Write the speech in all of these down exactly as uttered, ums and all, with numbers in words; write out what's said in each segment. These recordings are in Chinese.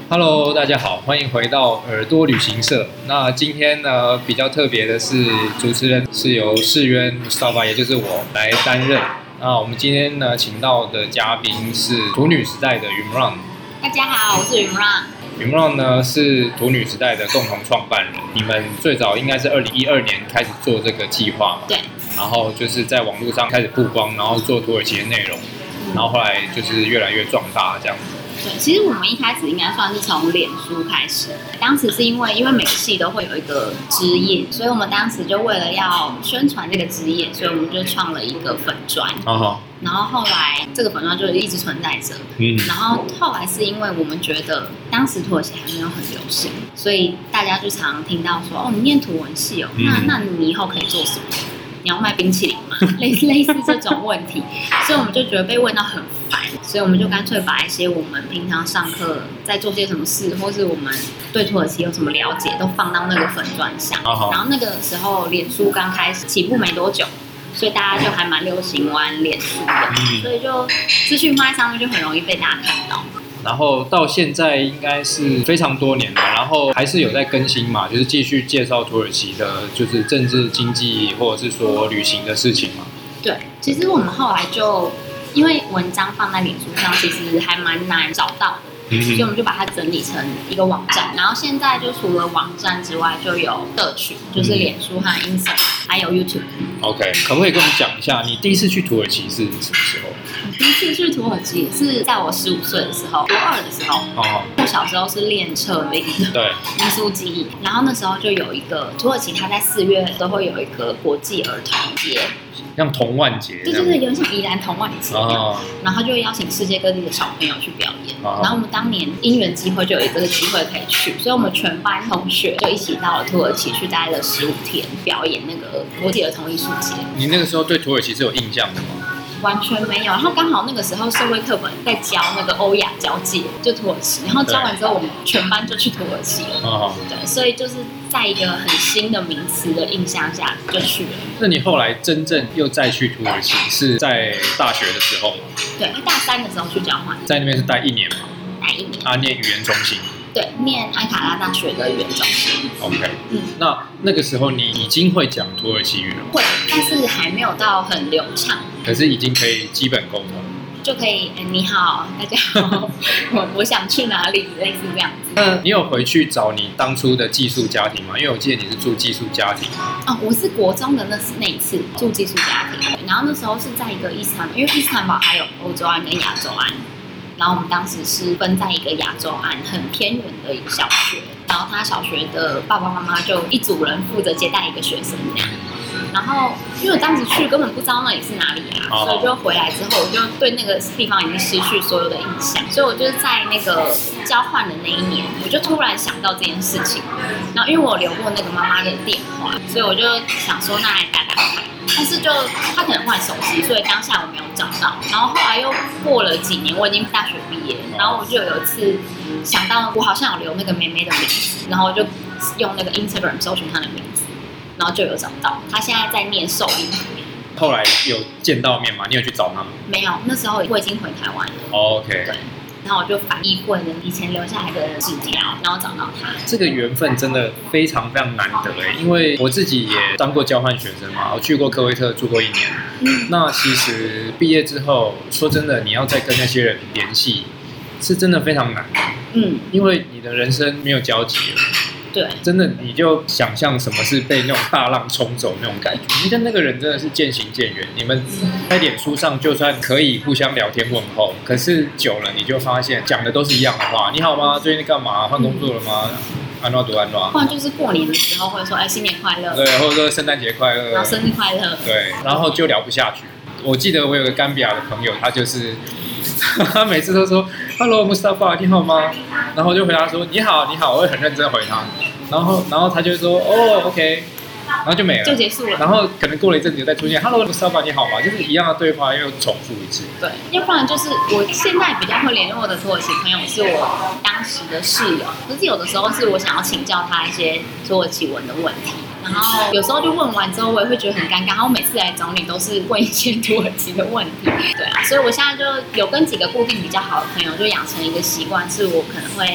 Hello，大家好，欢迎回到耳朵旅行社。那今天呢，比较特别的是，主持人是由世渊 Mustafa， 也就是我来担任。那我们今天呢，请到的嘉宾是土女时代的云浪。 大家好，我是云浪。 云浪呢是土女时代的共同创办人。你们最早应该是二零一二年开始做这个计划嘛？ 对。 然后就是在网络上开始曝光，然后做土耳其的内容，然后后来就是越来越壮大这样子。 对，其实我们一开始应该算是从脸书开始，当时是因为因为每个系都会有一个枝叶，所以我们当时就为了要宣传这个枝叶，所以我们就创了一个粉专。 哦、 然后后来这个粉专就一直存在着。嗯。然后后来是因为我们觉得当时土耳其还没有很流行，所以大家就常听到说，哦，你念土文系哦，那那你以后可以做什么？你要卖冰淇淋吗？类似类似这种问题，所以我们就觉得被问到很烦，所以我们就干脆把一些我们平常上课在做些什么事，或是我们对土耳其有什么了解，都放到那个粉专上。Oh. 然后那个时候脸书刚开始起步没多久，所以大家就还蛮流行玩脸书的，嗯、所以就资讯放在上面就很容易被大家看到。 然后到现在应该是非常多年了，然后还是有在更新嘛，就是继续介绍土耳其的，就是政治、经济或者是说旅行的事情嘛。 对，其实我们后来就因为文章放在脸书上，其实还蛮难找到的。嗯、所以我们就把它整理成一个网站，然后现在就除了网站之外，就有社群，就是脸书和 Instagram， 还有 YouTube。OK， 可不可以跟我们讲一下，你第一次去土耳其是什么时候？ 我第一次去土耳其是在我十五岁的时候，国二的时候。哦。我小时候是练车铃的， 对， 民俗技艺。然后那时候就有一个土耳其，它在四月都会有一个国际儿童节。 像童万节， 对对对，有点像宜兰童万节，哦、然后就会邀请世界各地的小朋友去表演。哦、然后我们当年因缘机会就有一个机会可以去，所以我们全班同学就一起到了土耳其去待了十五天，表演那个国际儿童艺术节。 你那个时候对土耳其是有印象的吗？ 完全没有，然后刚好那个时候社会课本在教那个欧亚交界，就土耳其，然后教完之后我们全班就去土耳其了。哦、对，所以就是在一个很新的名词的印象下就去了。 那你后来真正又再去土耳其是在大学的时候吗？ 对，大三的时候去交换， 在那边是待一年吗？ 待一年。 啊，念语言中心。 对，念安卡拉大学的语言中心。 OK，嗯，那那个时候你已经会讲土耳其语了吗？ 会，但是还没有到很流畅。 可是已经可以基本沟通， 就可以，欸、你好，大家好，我我想去哪里，类似这样子。 那你有回去找你当初的寄宿家庭吗？因为我记得你是住寄宿家庭。 哦，我是国中的那那一次住寄宿家庭，然后那时候是在一个伊斯坦堡，因为伊斯坦堡还有欧洲岸跟亚洲岸。然后我们当时是分在一个亚洲岸很偏远的一个小学，然后他小学的爸爸妈妈就一组人负责接待一个学生这样。然后因为我当时去根本不知道那里是哪里啊，哦、所以就回来之后我就对那个地方已经失去所有的印象，所以我就是在那个交换的那一年，我就突然想到这件事情。然后因为我留过那个妈妈的电话，所以我就想说那来打打看。但是就他可能换手机，所以当下我没有找到。然后后来又过了几年，我已经大学毕业，然后我就有一次想到我好像有留那个妹妹的名字，然后我就用那个 Instagram 搜寻她的名字，然后就有找到。她现在在念兽医。 后来有见到面吗？你有去找她吗？ 没有，那时候我已经回台湾了。 Oh, OK。 对。然后我就翻译过以前留下来的纸条，然后找到他。 这个缘分真的非常非常难得哎，因为我自己也当过交换学生嘛，我去过科威特住过一年。嗯、那其实毕业之后，说真的，你要再跟那些人联系，是真的非常难。嗯，因为你的人生没有交集了。 对， 真的你就想象什么是被那种大浪冲走那种感觉。你跟那个人真的是渐行渐远，你们在脸书上就算可以互相聊天问候，可是久了你就发现讲的都是一样的话。你好吗？最近在干嘛？换工作了吗？安诺读安诺。 不然就是过年的时候会说，哎，新年快乐。 对，或者说圣诞节快乐。 然后生日快乐。 对，然后就聊不下去。我记得我有个甘比亚的朋友，他就是他每次都说 Hello Mustafa 你好吗？然后我就回答说你好你好，我会很认真回他，然后然后他就说哦 OK， 然后就没了， 就结束了。 然后可能过了一阵子又再出现 Hello Mustafa 你好吗？就是一样的对话又重复一次。 对，要不然就是我现在比较会联络的土耳其朋友是我当时的室友，可是有的时候是我想要请教他一些土耳其文的问题。然后有时候就问完之后，我也会觉得很尴尬。然后每次来找你都是问一些土耳其的问题，对啊，所以我现在就有跟几个固定比较好的朋友，就养成一个习惯，是我可能会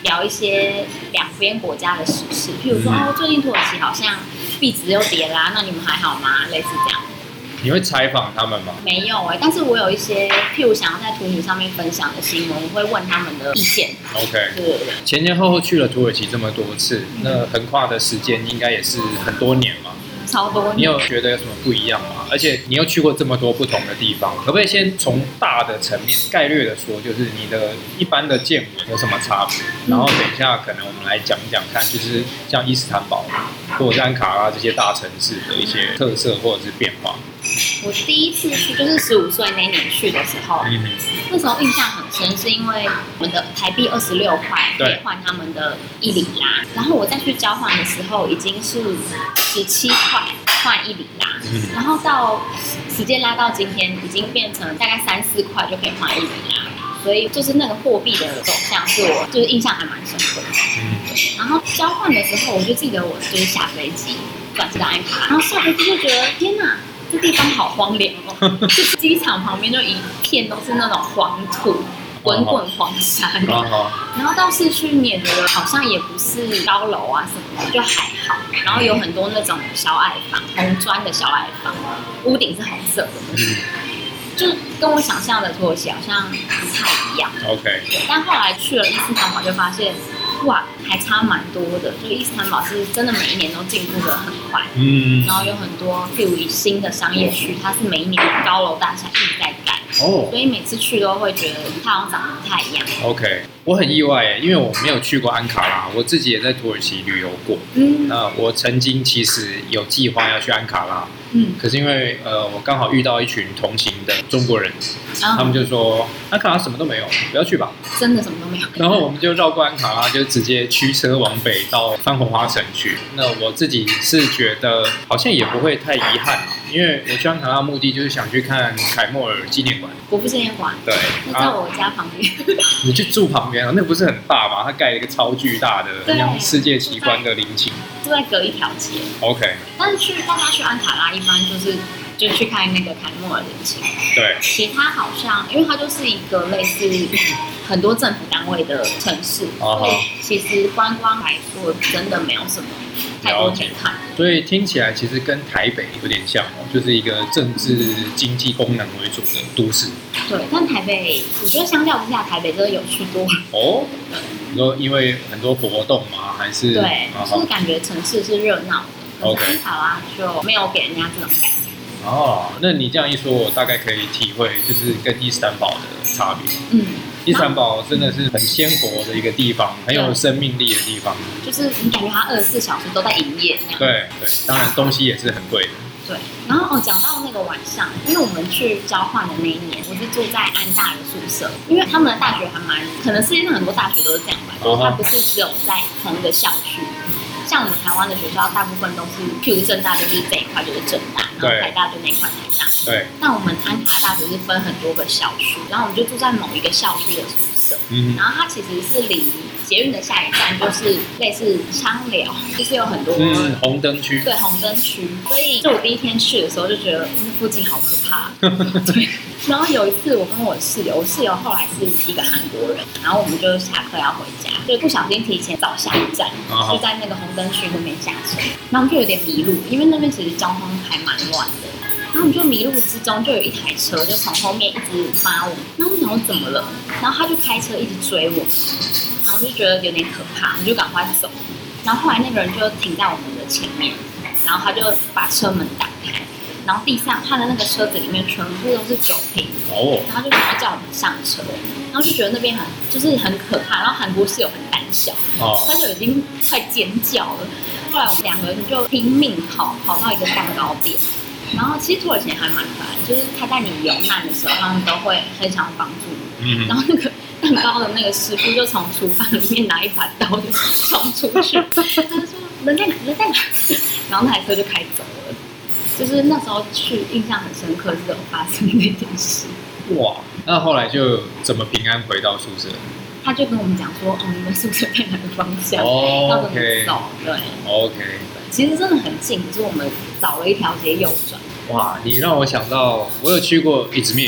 聊一些两边国家的时事，譬如说、嗯、哦，最近土耳其好像币值又跌啦，那你们还好吗？类似这样。 你会采访他们吗？ 没有哎、欸，但是我有一些，譬如想要在图女上面分享的新闻，我会问他们的意见。 OK， 对对对。 前前后后去了土耳其这么多次，嗯、那横跨的时间应该也是很多年嘛。 超多年。 你有觉得有什么不一样吗？而且你又去过这么多不同的地方，可不可以先从大的层面概略的说，就是你的一般的见闻有什么差别？然后等一下可能我们来讲讲看，就是像伊斯坦堡或者是安卡拉这些大城市的一些特色或者是变化。 我第一次去就是十五岁那年去的时候，嗯、那时候印象很深，是因为我们的台币二十六块可以换他们的一里拉，然后我再去交换的时候已经是十七块换一里拉，嗯、然后到时间拉到今天已经变成大概三四块就可以换一里拉，所以就是那个货币的走向是我就是印象还蛮深刻的。嗯、然后交换的时候，我就记得我就是下飞机转这个安卡拉，然后下飞机就觉得天哪！这地方好荒凉哦，就是机场旁边就一片都是那种黄土、滚滚黄山，然后到市区你也觉得好像也不是高楼啊什么的，就还好。然后有很多那种小矮房，红砖的小矮房，屋顶是红色的那种，就跟我想象的土耳其好像不太一样。 OK， 对，但后来去了伊斯坦堡就发现。哇，还差蛮多的。就伊斯坦堡是真的每一年都进步的很快，嗯，然后有很多譬如新的商业区，它是每一年高楼大厦一直在盖，哦，所以每次去都会觉得它好像长得不太一样。 OK， 我很意外耶，因为我没有去过安卡拉，我自己也在土耳其旅游过，嗯，那我曾经其实有计划要去安卡拉，嗯，可是因为呃我刚好遇到一群同行的中国人，哦、他们就说安卡拉什么都没有，不要去吧， 真的什么都没有。 然后我们就绕过安卡拉，就直接驱车往北到番红花城去。那我自己是觉得好像也不会太遗憾嘛，因为我去安卡拉目的就是想去看凯莫尔纪念馆、 国父纪念馆。 对， 那在我家旁边。 你去住旁边啊？那不是很大吗？它盖了一个超巨大的，像世界奇观的陵寝， 就在隔一条街。 OK。 但是去大家去安卡拉一般就是就去看那个凯莫尔陵寝。 对。 其他好像，因为它就是一个类似很多政府单位的城市，哦、所以其实观光来说真的没有什么太多可以看。 所以听起来其实跟台北有点像哦，就是一个政治经济功能为主的都市。 对，但台北我觉得相较之下，台北真的有趣多了。哦， 对，你说因为很多活动吗？还是对，就是感觉城市是热闹的。OK， 安卡拉就没有给人家这种感觉。 哦，那你这样一说，我大概可以体会，就是跟伊斯坦堡的差别。嗯，伊斯坦堡真的是很鲜活的一个地方，很有生命力的地方。 就是你感觉它二十四小时都在营业。 对对，当然东西也是很贵的。 对，然后哦，讲到那个晚上，因为我们去交换的那一年，我是住在安大的宿舍，因为他们的大学还蛮，可能世界上很多大学都是这样吧，就是它不是只有在同一个校区。像我们台湾的学校，大部分都是，譬如政大就是这一块就是政大，然后台大就那一块台大。对。那我们安卡大学是分很多个校区，然后我们就住在某一个校区的宿舍。嗯。然后它其实是离捷运的下一站就是类似昌寮，就是有很多嗯红灯区。 对，红灯区。所以就我第一天去的时候就觉得那附近好可怕。对。然后有一次我跟我室友，我室友后来是一个韩国人，然后我们就下课要回家，就不小心提前早下一站，哦、就在那个红灯区那边下车，然后我们就有点迷路，因为那边其实交通还蛮乱的。然后我们就迷路之中，就有一台车就从后面一直发我们，然后我们想说怎么了，然后他就开车一直追我们，然后就觉得有点可怕，我们就赶快走。然后后来那个人就停在我们的前面，然后他就把车门打开。然后地上他的那个车子里面全部都是酒瓶，哦，然后就想要叫我们上车，然后就觉得那边很就是很可怕，然后韩国室友很胆小，哦，他就已经快尖叫了。后来我们两个人就拼命跑，跑到一个蛋糕店，然后其实土耳其还蛮可爱，就是他在你有难的时候，他们都会很想帮助你。嗯，然后那个蛋糕的那个师傅就从厨房里面拿一把刀就冲出去，他就说人在哪？人在哪？然后那台车就开走了。就是那时候去，印象很深刻，是有发生那件事。 哇，那后来就怎么平安回到宿舍？ 他就跟我们讲说，哦，你们宿舍在哪个方向，哦、要怎么走？对 ，OK。 其实真的很近，可是我们找了一条街右转。 哇，你让我想到，我有去过伊兹密尔，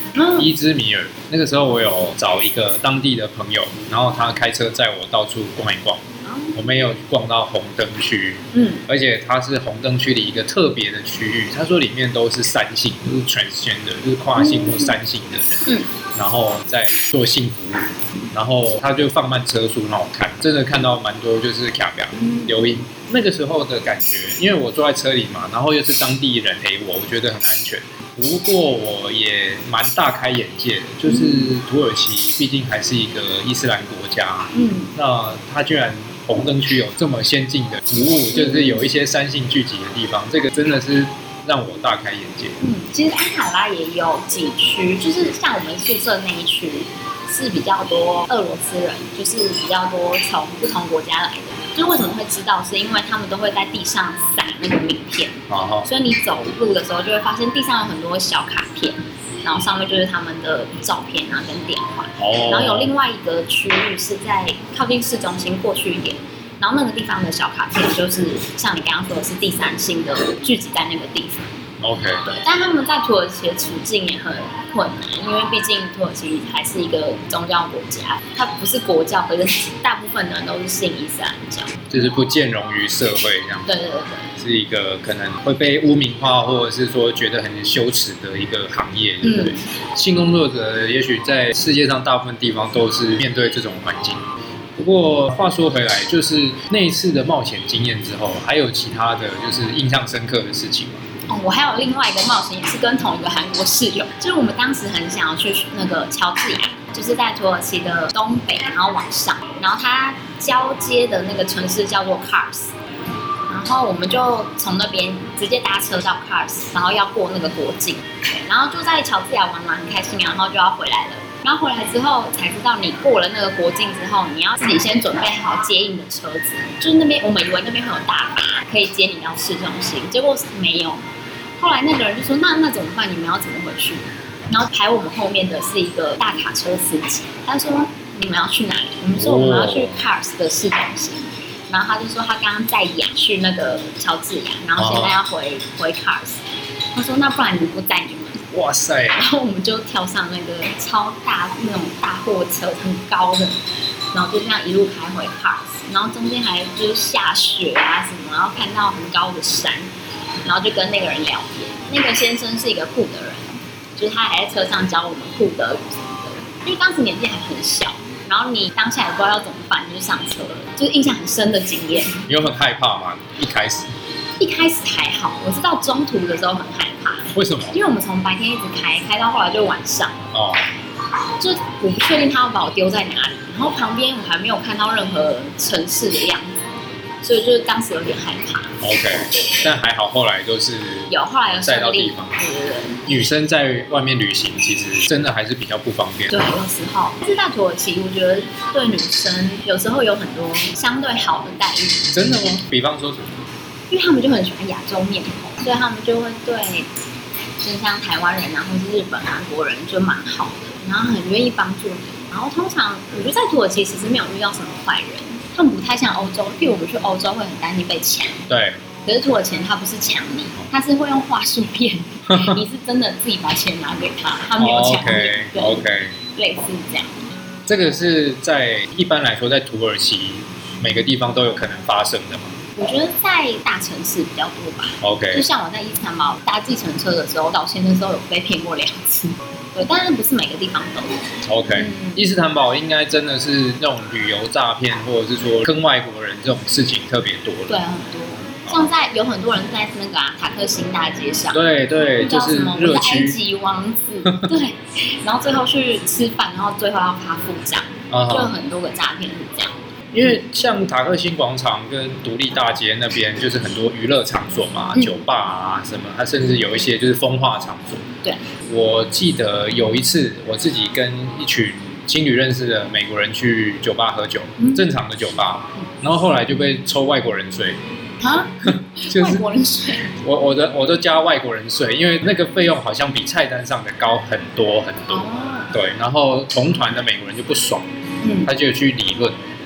嗯伊兹米尔。那个时候我有找一个当地的朋友，然后他开车载我到处逛一逛。我们也有逛到红灯区， 嗯， 而且它是红灯区的一个特别的区域。他说里面都是三性，就是 transgender， 就是跨性或三性的人， 嗯， 然后在做性服务，然后他就放慢车速让我看，真的看到蛮多就是卡表留音。那个时候的感觉，因为我坐在车里嘛，然后又是当地人陪我，我觉得很安全。不过我也蛮大开眼界的，就是土耳其毕竟还是一个伊斯兰国家， 嗯， 那它居然红灯区有这么先进的服务，就是有一些三性聚集的地方，这个真的是让我大开眼界。 嗯，其实安卡拉也有几区，就是像我们宿舍那一区是比较多俄罗斯人，就是比较多从不同国家来的。就是为什么会知道，是因为他们都会在地上撒那个名片， 哦、 所以你走路的时候就会发现地上有很多小卡片，然后上面就是他们的照片啊跟电话。 哦、 然后有另外一个区域是在靠近市中心过去一点，然后那个地方的小卡片就是像你刚刚说的是第三性的聚集在那个地方。 OK， 对，但他们在土耳其的处境也很困难，因为毕竟土耳其还是一个宗教国家，它不是国教，可是大部分的人都是信伊斯兰教， 就是不兼容于社会这样。 对对对对， 是一个可能会被污名化，或者是说觉得很羞耻的一个行业，对不对？嗯、性工作者也许在世界上大部分地方都是面对这种环境。不过话说回来，就是那一次的冒险经验之后，还有其他的就是印象深刻的事情吗？ 哦，我还有另外一个冒险，也是跟同一个韩国室友，就是我们当时很想要去那个乔治亚，就是在土耳其的东北，然后往上，然后它交接的那个城市叫做 Kars， 然后我们就从那边直接搭车到 Kars， 然后要过那个国境，然后就在乔治亚玩玩很开心，然后就要回来了。然后回来之后才知道，你过了那个国境之后，你要自己先准备好接应的车子，就是那边我们以为那边会有大巴可以接你到市中心，结果没有。后来那个人就说：“那那怎么办？你们要怎么回去？”然后排我们后面的是一个大卡车司机，他说：“你们要去哪里？”我们说：“我们要去 Kars 的市中心。”然后他就说他刚刚在亚去那个乔治亚，然后现在要回、oh. 回 Kars。他说：“那不然你不载你们？” 哇塞！ 然后我们就跳上那个超大那种大货车，很高的，然后就这样一路开回 Kars， 然后中间还就是下雪啊什么，然后看到很高的山。然后就跟那个人聊天，那个先生是一个库德人，就是他还在车上教我们库德语什么的。因为当时年纪还很小，然后你当下也不知道要怎么办，就上车了，就是印象很深的经验。 你有很害怕吗？一开始？ 一开始还好，我是到中途的时候很害怕。 为什么？ 因为我们从白天一直开，开到后来就晚上。哦。就我不确定他要把我丢在哪里，然后旁边我还没有看到任何城市的样子，所以就是当时有点害怕。 OK， 但还好后来都是有后来有载到地方。 对对对。 女生在外面旅行其实真的还是比较不方便。 对，有时候。但是在土耳其，我觉得对女生有时候有很多相对好的待遇。 真的吗？比方说什么？ 因为他们就很喜欢亚洲面孔，所以他们就会对，就像台湾人啊，或是日本、韩国人就蛮好的，然后很愿意帮助你。然后通常我觉得在土耳其其实没有遇到什么坏人。他们不太像欧洲，譬如我们去欧洲会很担心被抢， 对。 可是土耳其他不是抢你，他是会用话术骗你，你是真的自己把钱拿给他，他没有抢你。 OK OK， 类似这样。 这个是在一般来说，在土耳其每个地方都有可能发生的吗？ 我觉得在大城市比较多吧。 OK， 就像我在伊斯坦堡搭计程车的时候，早先的时候有被骗过两次。对，但是不是每个地方都有。 OK，嗯、伊斯坦堡应该真的是那种旅游诈骗，或者是说跟外国人这种事情特别多了。 对，很多。像在有很多人在那个、啊、塔克辛大街上， 对对，就是热区。 埃及王子，对，然后最后去吃饭，然后最后要趴付账，就有很多个诈骗是这样。 因为像塔克辛广场跟独立大街那边，就是很多娱乐场所嘛，嗯、酒吧啊什么，它甚至有一些就是风化场所。 对， 我记得有一次我自己跟一群情侣认识的美国人去酒吧喝酒，嗯、正常的酒吧，然后后来就被抽外国人税。 啊，就是外国人税， 我我的我都加外国人税，因为那个费用好像比菜单上的高很多很多。哦、对，然后同团的美国人就不爽，嗯、他就去理论。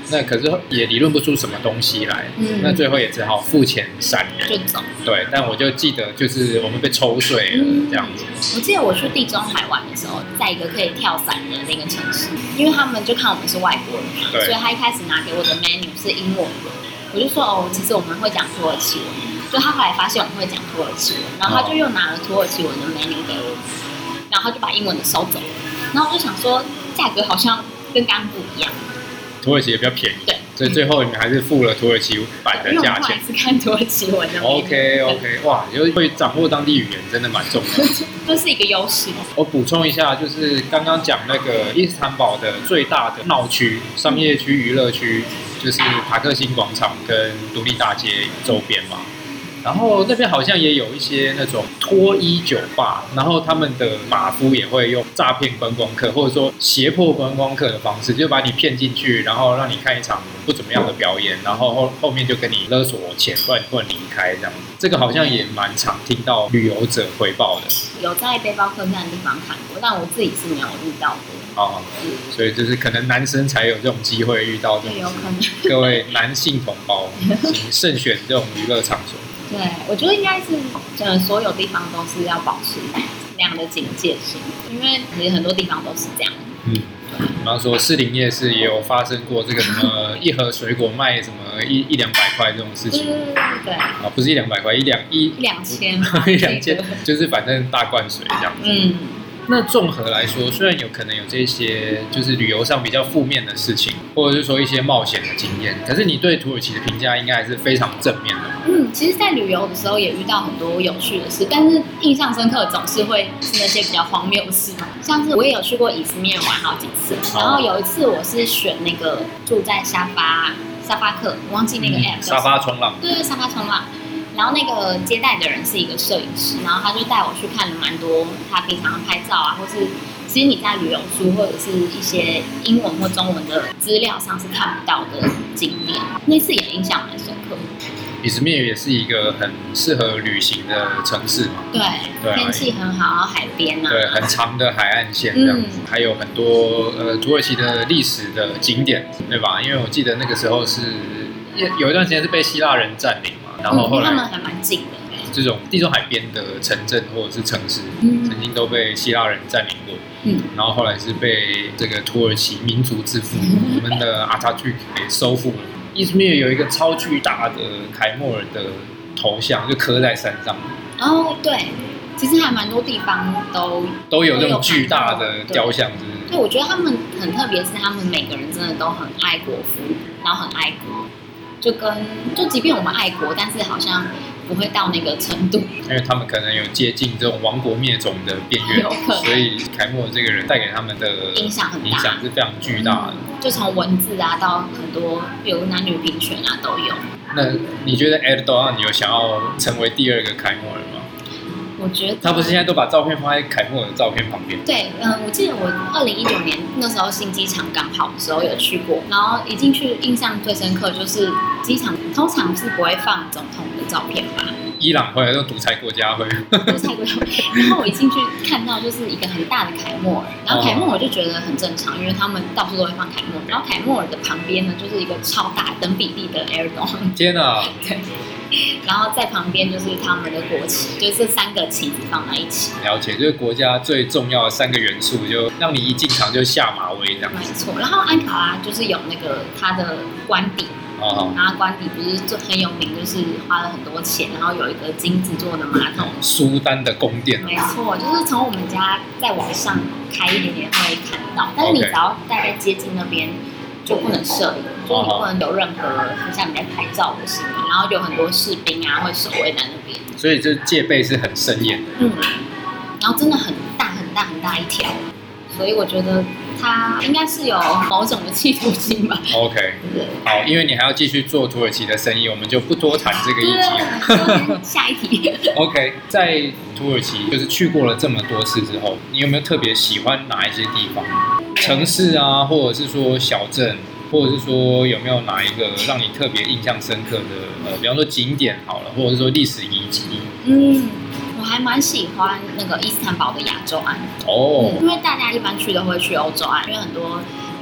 那可是也理论不出什么东西来， 嗯那最后也只好付钱闪人就走。 对，但我就记得就是我们被抽税了、 嗯这样子。 我记得我去地中海玩的时候，在一个可以跳伞的那个城市，因为他们就看我们是外国人嘛， 对所以他一开始拿给我的 menu 是英文的，我就说哦，其实我们会讲土耳其文，就他后来发现我们会讲土耳其文，然后他就又拿了土耳其文的 menu 给我，然后他就把英文的收走了，然后我就想说价格好像跟刚刚不一样， 土耳其也比较便宜， 对， 所以最后你们还是付了土耳其版的因为我价钱。 们后来是看土耳其文的 menu OK OK， 哇，就会掌握当地语言真的蛮重要的。 这是一个优势。 我补充一下，就是刚刚讲那个伊斯坦堡的最大的闹区、商业区、娱乐区，就是塔克辛广场跟独立大街周边嘛。然后那边好像也有一些那种脱衣酒吧，然后他们的马夫也会用诈骗观光客，或者说胁迫观光客的方式，就把你骗进去，然后让你看一场不怎么样的表演，然后后后面就跟你勒索钱，不然不能离开这样子。这个好像也蛮常听到旅游者回报的。 有在背包客栈的地方看过，但我自己是没有遇到过。 哦，所以就是可能男生才有这种机会遇到这种对，有可能。 各位男性同胞，请慎选这种娱乐场所。 对，我觉得应该是，呃，所有地方都是要保持那样的警戒心，因为其实很多地方都是这样。 嗯，比方说士林夜市也有发生过这个什么一盒水果卖什么一一两百块这种事情。 对对对对。 啊，不是一两百块，一两一一两千， 一两千，就是反正大灌水这样子。 嗯。 那综合来说，虽然有可能有这些就是旅游上比较负面的事情，或者是说一些冒险的经验，可是你对土耳其的评价应该还是非常正面的。 嗯，其实，在旅游的时候也遇到很多有趣的事，但是印象深刻的总是会是那些比较荒谬的事，像是我也有去过以斯面玩好几次，然后有一次我是选那个住在沙发沙发客，我忘记那个 app，、嗯、 沙发冲浪， 对对，沙发冲浪。然后那个接待的人是一个摄影师，然后他就带我去看了蛮多他平常拍照啊，或是其实你在旅游书或者是一些英文或中文的资料上是看不到的景点，那次也印象蛮深刻。 以斯面也是一个很适合旅行的城市嘛， 对， 对啊、 天气很好，然后海边啊， 对，很长的海岸线这样子，嗯、还有很多呃土耳其的历史的景点，对吧？因为我记得那个时候是有一段时间是被希腊人占领。然后后来、 嗯、他们还蛮近的， 这种地中海边的城镇或者是城市， 嗯、 曾经都被希腊人占领过。 嗯， 然后后来是被这个土耳其民族之父，我们的阿塔图给收复了。伊斯密尔有一个超巨大的凯末尔的头像，就刻在山上。 哦，对，其实还蛮多地方都都有这种巨大的雕像，是不是？ 对，我觉得他们很特别，是他们每个人真的都很爱国服，然后很爱国。就跟就即便我们爱国，但是好像不会到那个程度， 因为他们可能有接近这种亡国灭种的边缘，所以凯末尔这个人带给他们的影响很大， 影响是非常巨大的。 嗯、就从文字啊到很多，比如男女平权啊都有。 那你觉得 Erdogan 有想要成为第二个凯末尔吗？ 我觉得他不是现在都把照片放在凯末尔的照片旁边？ 对，嗯、呃，我记得我二零一九年那时候新机场刚好的时候有去过，然后一进去印象最深刻就是机场通常是不会放总统的照片吧？ 伊朗会，那独裁国家会。 独裁国家。然后我一进去看到就是一个很大的凯末尔，然后凯末尔就觉得很正常，因为他们到处都会放凯末尔。然后凯末尔的旁边呢，就是一个超大等比例的 Erdogan。 天哪！ 对。然后在旁边就是他们的国旗，就是这三个旗子放在一起。 了解，就是国家最重要的三个元素，就让你一进场就下马威这样。 没错。然后安卡拉就是有那个它的官邸。 哦， 然后官邸不是就很有名，就是花了很多钱，然后有一个金子做的马桶， 苏丹的宫殿。 没错，就是从我们家再往上开一点点会看到，但是你只要大概接近那边就不能摄影，就是你不能有任何很像你在拍照的行为，然后有很多士兵啊会守卫在那边， 所以这戒备是很森严的。 嗯，然后真的很大很大很大一条，所以我觉得他应该是有某种的企图心吧。 OK， 好，因为你还要继续做土耳其的生意，我们就不多谈这个议题了。下一题。 OK， 在土耳其就是去过了这么多次之后，你有没有特别喜欢哪一些地方？城市啊，或者是说小镇，或者是说有没有哪一个让你特别印象深刻的？呃，比方说景点好了，或者是说历史遗迹。 嗯。我还蛮喜欢那个伊斯坦堡的亚洲岸哦、嗯， 因为大家一般去都会去欧洲岸，因为很多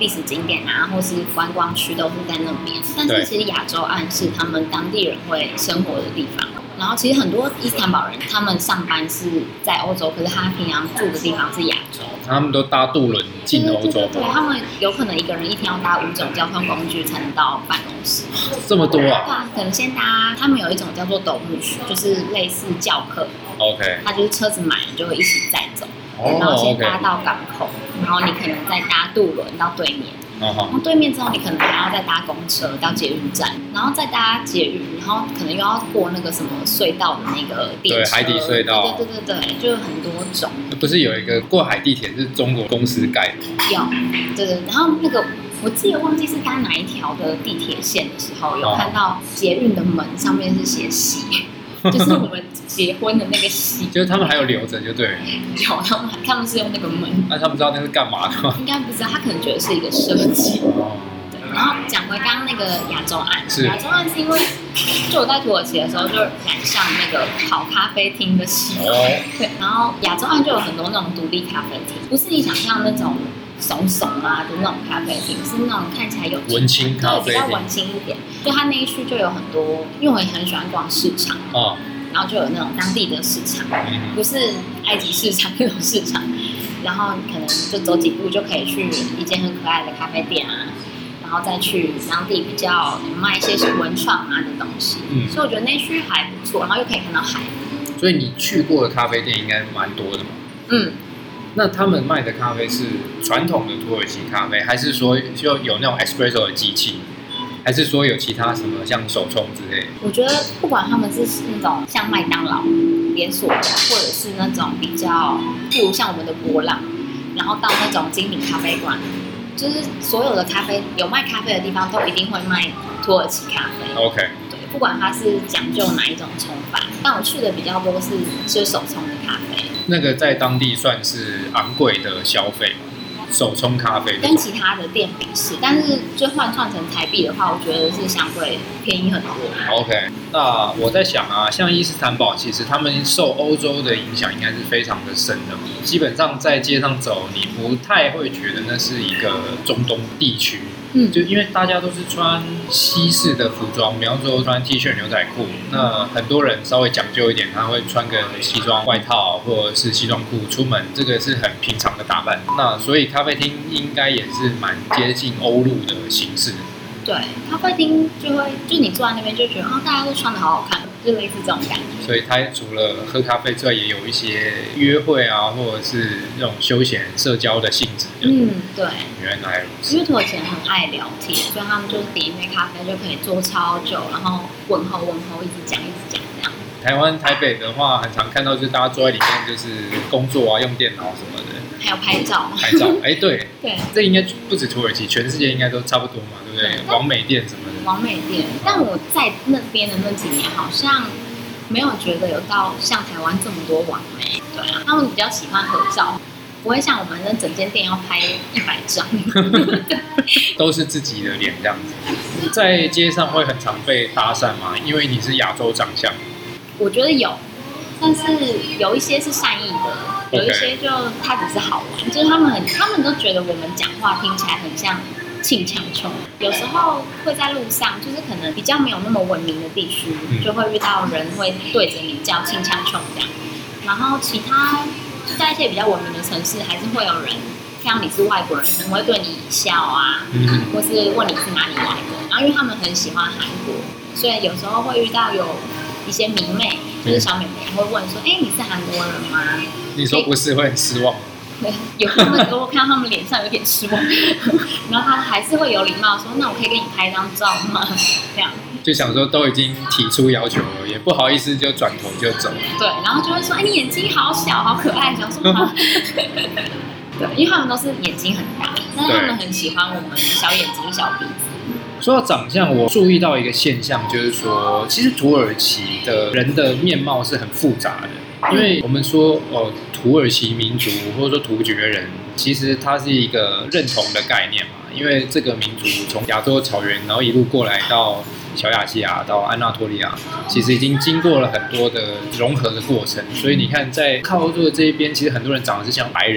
历史景点啊，或是观光区都是在那边。但是其实亚洲岸是他们当地人会生活的地方。然后其实很多伊斯坦堡人，他们上班是在欧洲，可是他平常住的地方是亚洲。 他们都搭渡轮进欧洲。 对, 对, 对, 对，他们有可能一个人一天要搭五种交通工具才能到办公室。 这么多啊？ 对啊，可能先搭，他们有一种叫做斗木区，就是类似教客。 OK。 他就是车子满了就会一起载走， 哦、 然后先搭到港口，然后你可能再搭渡轮到对面。然后对面之后，你可能还要再搭公车到捷运站，然后再搭捷运，然后可能又要过那个什么隧道的那个电车， 对，海底隧道， 对对对对，就有很多种。 不是有一个过海地铁是中国公司盖的？ 有，对对。然后那个我记得忘记是搭哪一条的地铁线的时候，有看到捷运的门上面是写喜。就是我们结婚的那个喜， 就是他们还有留着就对了。 有，他们他们是用那个门。 那、啊、他们知道那是干嘛的吗？ 应该不知道，他可能觉得是一个设计。哦。对。然后讲回刚刚那个亚洲岸，亚洲岸是因为就我在土耳其的时候就染上那个好咖啡厅的喜。哦。对。然后亚洲岸就有很多那种独立咖啡厅，不是你想象那种怂怂啊的那种咖啡厅，是那种看起来有文青咖啡厅， 比较文青一点。就它那一区就有很多，因为我也很喜欢逛市场哦，然后就有那种当地的市场，嗯、不是埃及市场那种市场，然后可能就走几步就可以去一间很可爱的咖啡店啊，然后再去当地比较卖一些是文创啊的东西，嗯，所以我觉得那区还不错，然后又可以看到海。 所以你去过的咖啡店应该蛮多的嘛？嗯。那他们卖的咖啡是传统的土耳其咖啡，还是说就有那种 espresso 的机器，还是说有其他什么像手冲之类的？ 我觉得不管他们是那种像麦当劳连锁的，或者是那种比较，譬如像我们的波浪，然后到那种精品咖啡馆，就是所有的咖啡有卖咖啡的地方都一定会卖土耳其咖啡。 OK。 对，不管它是讲究哪一种冲法，但我去的比较多是吃手冲的咖啡。 那个在当地算是昂贵的消费嘛，手冲咖啡跟其他的店比是，但是就换算成台币的话，我觉得是相对便宜很多。 OK， 那我在想啊，像伊斯坦堡，其实他们受欧洲的影响应该是非常的深的，基本上在街上走，你不太会觉得那是一个中东地区。嗯，就因为大家都是穿西式的服装，比方说穿 T 恤牛仔裤，那很多人稍微讲究一点，他会穿个西装外套或者是西装裤出门，这个是很平常的打扮。那所以咖啡厅应该也是蛮接近欧陆的形式。 对，咖啡厅就会，就你坐在那边就觉得，哦，大家都穿得好好看，就类似这种感觉。 所以它除了喝咖啡之外，也有一些约会啊，或者是那种休闲社交的性质。 嗯，对。 原来如此。 因为土耳其人很爱聊天，所以他们就是点一杯咖啡就可以坐超久，然后问候问候，一直讲一直讲这样。 台湾台北的话，很常看到就是大家坐在里面就是工作啊，用电脑什么的。 还有拍照， 拍照，哎、欸，对， 对， 这应该不止土耳其，全世界应该都差不多嘛，对不对？网美店什么的， 网美店。但我在那边的那几年，好像没有觉得有到像台湾这么多网美。对啊，他们比较喜欢合照，不会像我们那整间店要拍一百张， 都是自己的脸这样子。在街上会很常被搭讪吗？因为你是亚洲长相。 我觉得有。但是有一些是善意的，有一些就他只是好玩， okay. 就是他们很，他们都觉得我们讲话听起来很像庆强冲。有时候会在路上，就是可能比较没有那么文明的地区，嗯、就会遇到人会对着你叫庆强冲这样。然后其他就在一些比较文明的城市，还是会有人看到你是外国人，可能会对你笑啊，嗯、或是问你是哪里来的。然后因为他们很喜欢韩国，所以有时候会遇到有一些迷妹。就是小妹妹会问说：“哎、欸，你是韩国人吗？” 你说不是会很失望？ 对，有他们我看到他们脸上有点失望，然后他们还是会有礼貌说：“那我可以跟你拍张照吗？”这样就想说都已经提出要求了，也不好意思就转头就走。 对，然后就会说：“哎、欸，你眼睛好小，好可爱。”想说吗？对，因为他们都是眼睛很大，但是他们很喜欢我们小眼睛、小鼻子。 说到长相，我注意到一个现象，就是说，其实土耳其的人的面貌是很复杂的。因为我们说，哦，土耳其民族或者说突厥人，其实它是一个认同的概念嘛。因为这个民族从亚洲草原，然后一路过来到小亚细亚，到安纳托利亚，其实已经经过了很多的融合的过程。所以你看，在靠欧洲的这一边，其实很多人长得是像白人。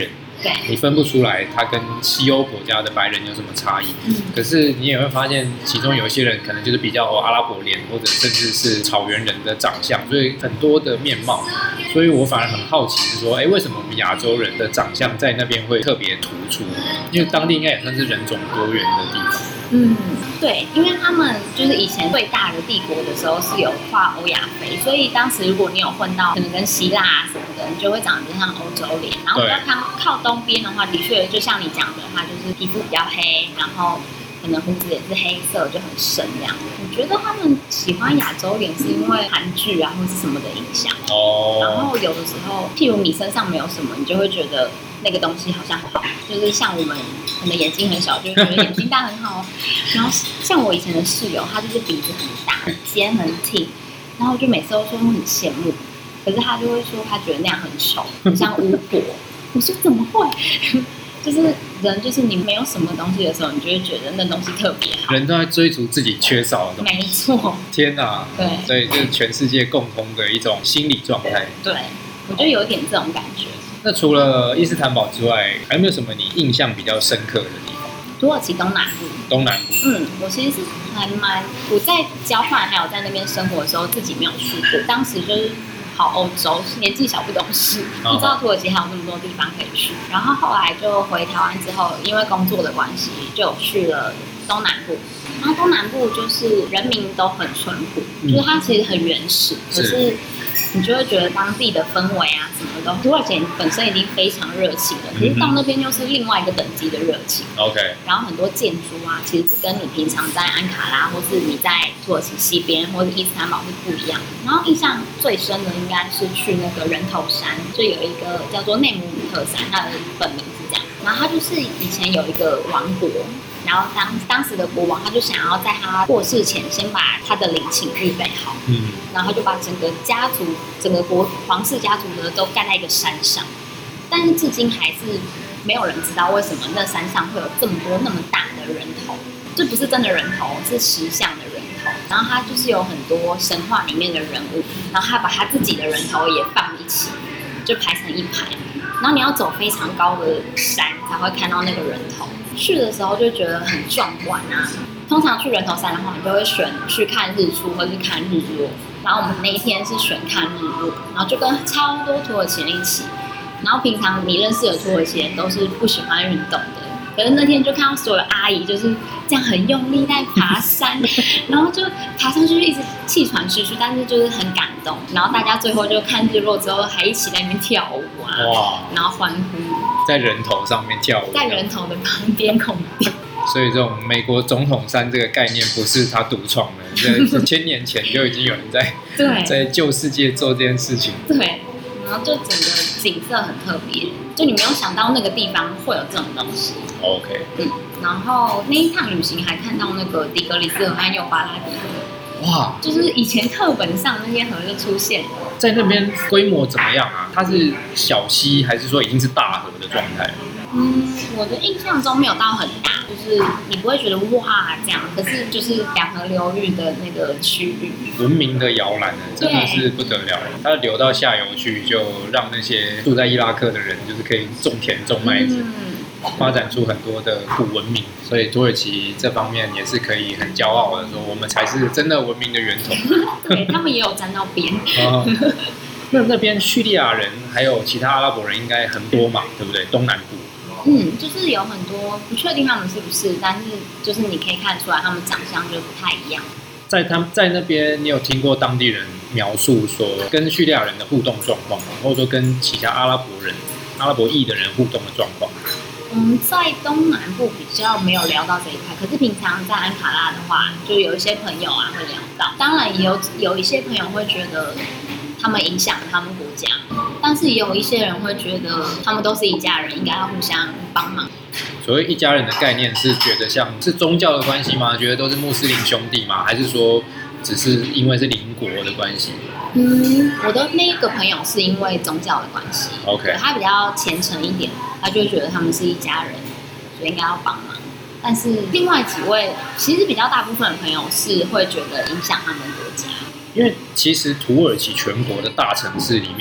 对， 你分不出来他跟西欧国家的白人有什么差异。嗯，可是你也会发现，其中有一些人可能就是比较、哦、阿拉伯脸，或者甚至是草原人的长相，所以很多的面貌。所以我反而很好奇是说，哎，为什么我们亚洲人的长相在那边会特别突出？因为当地应该也算是人种多元的地方。 嗯，对，因为他们就是以前最大的帝国的时候是有跨欧亚非，所以当时如果你有混到可能跟希腊啊什么的，你就会长得像欧洲脸。然后比较靠靠东边的话，的确就像你讲的，他就是皮肤比较黑，然后可能胡子也是黑色，就很深这样。我觉得他们喜欢亚洲脸是因为韩剧啊或是什么的影响。哦。然后有的时候，譬如你身上没有什么，你就会觉得那个东西好像好，就是像我们可能眼睛很小，就会觉得眼睛大很好。然后像我以前的室友，他就是鼻子很大，肩很挺，然后我就每次都说很羡慕，可是他就会说他觉得那样很丑，很像巫婆。我说怎么会？就是人，就是你没有什么东西的时候，你就会觉得那东西特别好。 人都在追逐自己缺少的东西。 没错。 天哪！ 对， 所以就是全世界共通的一种心理状态。 对，我就有点这种感觉。 那除了伊斯坦堡之外，还有没有什么你印象比较深刻的地方？ 土耳其东南部。 东南部。嗯， 我其实是还蛮我在交换还有在那边生活的时候，自己没有去过。当时就是跑欧洲，年纪小不懂事，不知道土耳其还有那么多地方可以去。然后后来就回台湾之后，因为工作的关系，就有去了东南部。然后东南部就是人民都很淳朴，嗯、就是它其实很原始，可是你就会觉得当地的氛围啊什么的，土耳其本身已经非常热情了，可是到那边又是另外一个等级的热情。 OK。 然后很多建筑啊，其实是跟你平常在安卡拉或是你在土耳其西边或者伊斯坦堡是不一样的。然后印象最深的应该是去那个人头山，就有一个叫做内姆鲁特山，它的本名是这样。然后它就是以前有一个王国。然后当当时的国王，他就想要在他过世前先把他的陵寝预备好，嗯，然后就把整个家族、整个国皇室家族呢都盖在一个山上，但是至今还是没有人知道为什么那山上会有这么多那么大的人头，这不是真的人头，是石像的人头。然后他就是有很多神话里面的人物，然后他把他自己的人头也放一起，就排成一排。然后你要走非常高的山才会看到那个人头。去的时候就觉得很壮观啊！通常去人头山的话，你就会选去看日出或是看日落。然后我们那一天是选看日落，然后就跟超多土耳其人一起。然后平常你认识的土耳其人都是不喜欢运动的，可是那天就看到所有阿姨就是这样很用力在爬山，然后就爬上去就一直气喘吁吁，但是就是很感动。然后大家最后就看日落之后，还一起在那边跳舞啊，哇！然后欢呼。 在人头上面跳舞， 在人头的旁边空地。 所以这种美国总统山这个概念不是他独创的，这千年前就已经有人在在旧世界做这件事情。 对，然后就整个景色很特别，就你没有想到那个地方会有这种东西。 OK， 嗯，然后那一趟旅行还看到那个底格里斯河和幼发拉底河。哇，就是以前课本上那些河就出现了。 在那边规模怎么样啊？它是小溪还是说已经是大河的状态？ 嗯，我的印象中没有到很大，就是你不会觉得哇这样，可是就是两河流域的那个区域， 文明的摇篮呢，真的是不得了。它流到下游去，就让那些住在伊拉克的人，就是可以种田种麦子。嗯，发展出很多的古文明，所以土耳其这方面也是可以很骄傲的说，我们才是真的文明的源头。 对，他们也有沾到边。 啊，那那边叙利亚人还有其他阿拉伯人应该很多嘛，对不对？东南部。 嗯，就是有很多不确定他们是不是，但是就是你可以看出来他们长相就不太一样。 在他们在那边，你有听过当地人描述说跟叙利亚人的互动状况吗？或者说跟其他阿拉伯人、阿拉伯裔的人互动的状况？ 嗯，在东南部比较没有聊到这一块，可是平常在安卡拉的话，就有一些朋友啊会聊到。当然也有有一些朋友会觉得他们影响他们国家，但是也有一些人会觉得他们都是一家人，应该要互相帮忙。 所谓一家人的概念是觉得像是宗教的关系吗？觉得都是穆斯林兄弟吗？还是说只是因为是邻国的关系？ 嗯，我的那一个朋友是因为宗教的关系 ，OK， 他比较虔诚一点，他就会觉得他们是一家人，所以应该要帮忙。但是另外几位，其实比较大部分的朋友是会觉得影响他们国家， 因为其实土耳其全国的大城市里面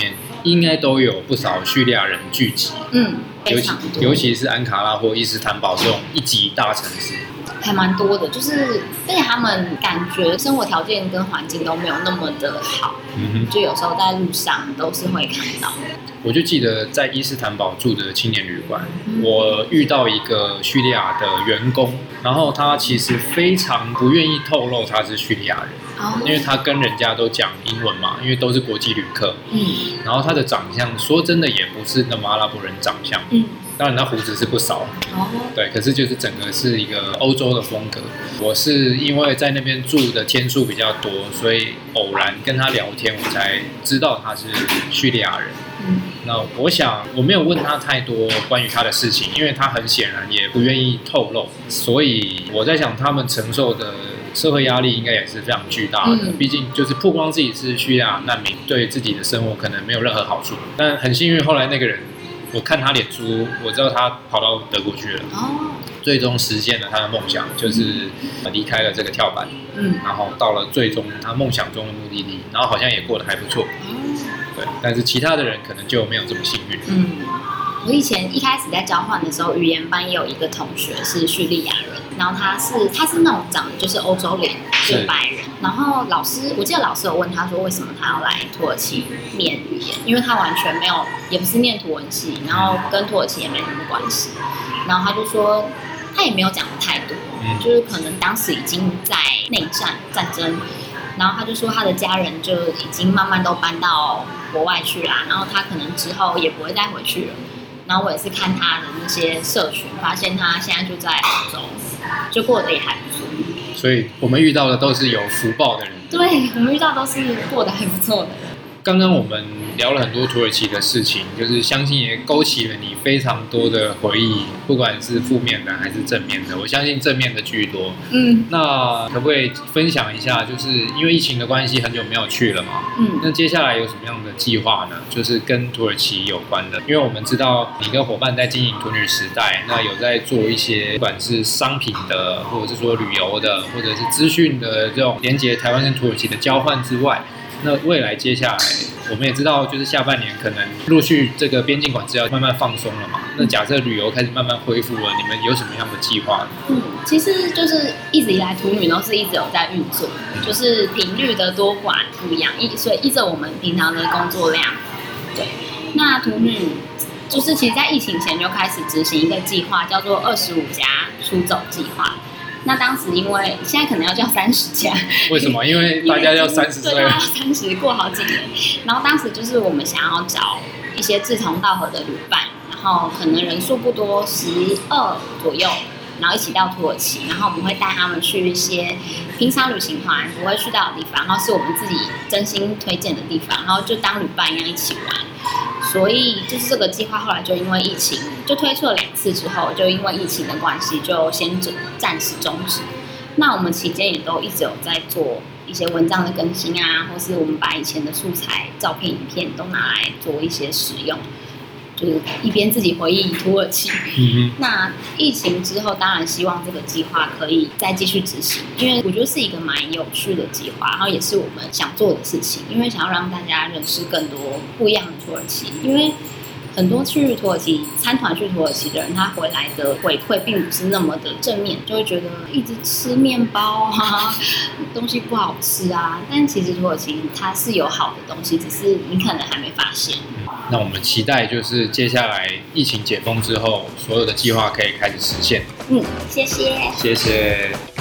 应该都有不少叙利亚人聚集， 嗯， 尤其非常多， 尤其是安卡拉或伊斯坦堡这种一级大城市。 还蛮多的，就是而且他们感觉生活条件跟环境都没有那么的好， 嗯哼， 就有时候在路上都是会看到。 我就记得在伊斯坦堡住的青年旅馆，我遇到一个叙利亚的员工，然后他其实非常不愿意透露他是叙利亚人， 哦， 因为他跟人家都讲英文嘛，因为都是国际旅客。 嗯然后他的长相，说真的也不是那么阿拉伯人长相， 嗯， 当然他胡子是不少， 哦， 对，可是就是整个是一个欧洲的风格。我是因为在那边住的天数比较多，所以偶然跟他聊天，我才知道他是叙利亚人。 嗯那我想我没有问他太多关于他的事情，因为他很显然也不愿意透露，所以我在想他们承受的社会压力应该也是非常巨大的。 嗯毕竟就是曝光自己是叙利亚难民，对自己的生活可能没有任何好处。但很幸运，后来那个人，我看他脸书，我知道他跑到德国去了， 哦， 最终实现了他的梦想，就是离开了这个跳板， 嗯然后到了最终他梦想中的目的地，然后好像也过得还不错。对，但是其他的人可能就没有这么幸运。 嗯，我以前一开始在交换的时候，语言班也有一个同学是叙利亚人，然后他是他是那种长得就是欧洲脸，就是白人。然后老师，我记得老师有问他说，为什么他要来土耳其念语言？因为他完全没有，也不是念土文系，然后跟土耳其也没什么关系。然后他就说，他也没有讲的太多， 嗯就是可能当时已经在内战战争。然后他就说，他的家人就已经慢慢都搬到国外去啦，然后他可能之后也不会再回去了。然后我也是看他的那些社群，发现他现在就在澳洲，就过得也还不错。 所以我们遇到的都是有福报的人。 对，我们遇到都是过得还不错的人。 刚刚我们聊了很多土耳其的事情，就是相信也勾起了你非常多的回忆，不管是负面的还是正面的。我相信正面的居多。 嗯那可不可以分享一下，就是因为疫情的关系，很久没有去了嘛？ 嗯那接下来有什么样的计划呢？就是跟土耳其有关的，因为我们知道你跟伙伴在经营土女时代，那有在做一些不管是商品的，或者是说旅游的，或者是资讯的这种连接台湾跟土耳其的交换之外，那未来接下来我们也知道，就是下半年可能陆续这个边境管制要慢慢放松了嘛。那假设旅游开始慢慢恢复了，你们有什么样的计划呢？ 嗯，其实就是一直以来土女都是一直有在运作，就是频率的多寡不一样，一所以依着我们平常的工作量，对。那土女就是其实在疫情前就开始执行一个计划，叫做二十五家出走计划。那当时因为现在可能要叫三十家， 为什么？因为大家要三十岁了， 对，大家三十过好几年。然后当时就是我们想要找一些志同道合的旅伴，然后可能人数不多，十二左右，然后一起到土耳其，然后我们会带他们去一些平常旅行团不会去到的地方，然后是我们自己真心推荐的地方，然后就当旅伴一样一起玩。所以就是这个计划后来就因为疫情就推出了两次之后，就因为疫情的关系就先暂时终止。那我们期间也都一直有在做一些文章的更新啊，或是我们把以前的素材、照片、影片都拿来做一些使用，就是一边自己回忆土耳其。 嗯那疫情之后，当然希望这个计划可以再继续执行，因为我觉得是一个蛮有趣的计划，然后也是我们想做的事情，因为想要让大家认识更多不一样的土耳其，因为很多去土耳其参团去土耳其的人，他回来的回馈并不是那么的正面，就会觉得一直吃面包啊，东西不好吃啊。但其实土耳其它是有好的东西，只是你可能还没发现。 那我们期待就是接下来疫情解封之后，所有的计划可以开始实现。 嗯，谢谢。 谢谢。